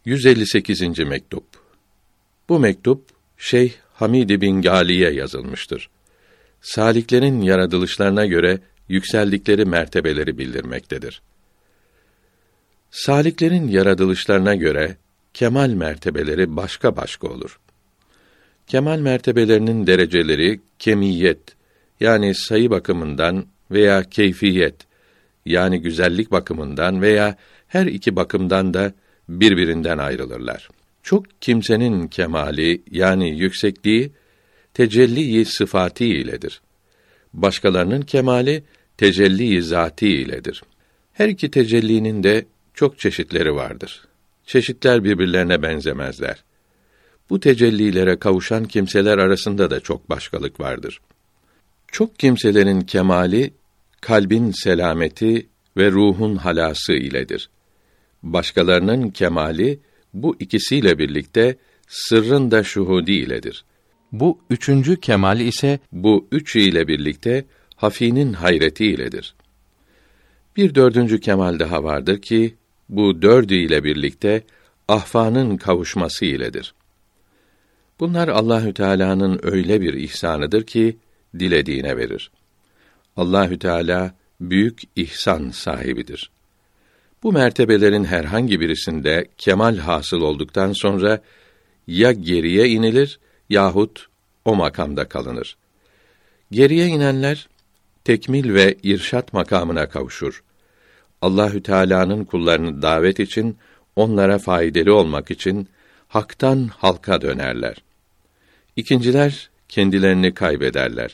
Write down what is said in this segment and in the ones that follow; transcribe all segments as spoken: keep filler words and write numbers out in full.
yüz elli sekizinci mektup. Bu mektup Şeyh Hamid bin Gali'ye yazılmıştır. Saliklerin yaratılışlarına göre yükseldikleri mertebeleri bildirmektedir. Saliklerin yaratılışlarına göre kemal mertebeleri başka başka olur. Kemal mertebelerinin dereceleri kemiyet yani sayı bakımından veya keyfiyet yani güzellik bakımından veya her iki bakımdan da birbirinden ayrılırlar. Çok kimsenin kemali yani yüksekliği tecelli-i sıfati iledir. Başkalarının kemali tecelli-i zati iledir. Her iki tecellinin de çok çeşitleri vardır. Çeşitler birbirlerine benzemezler. Bu tecellilere kavuşan kimseler arasında da çok başkalık vardır. Çok kimselerin kemali kalbin selameti ve ruhun halası iledir. Başkalarının kemali bu ikisiyle birlikte sırrın da şuhudi iledir. Bu üçüncü kemal ise bu üçü ile birlikte hafînin hayreti iledir. Bir dördüncü kemal daha vardır ki bu dördü ile birlikte ahfanın kavuşması iledir. Bunlar Allahü Teala'nın öyle bir ihsanıdır ki dilediğine verir. Allahü Teala büyük ihsan sahibidir. Bu mertebelerin herhangi birisinde kemal hasıl olduktan sonra ya geriye inilir yahut o makamda kalınır. Geriye inenler tekmil ve irşat makamına kavuşur. Allahü Teala'nın kullarını davet için, onlara faydalı olmak için haktan halka dönerler. İkinciler kendilerini kaybederler.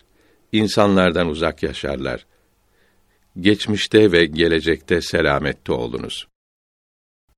İnsanlardan uzak yaşarlar. Geçmişte ve gelecekte selamette olunuz.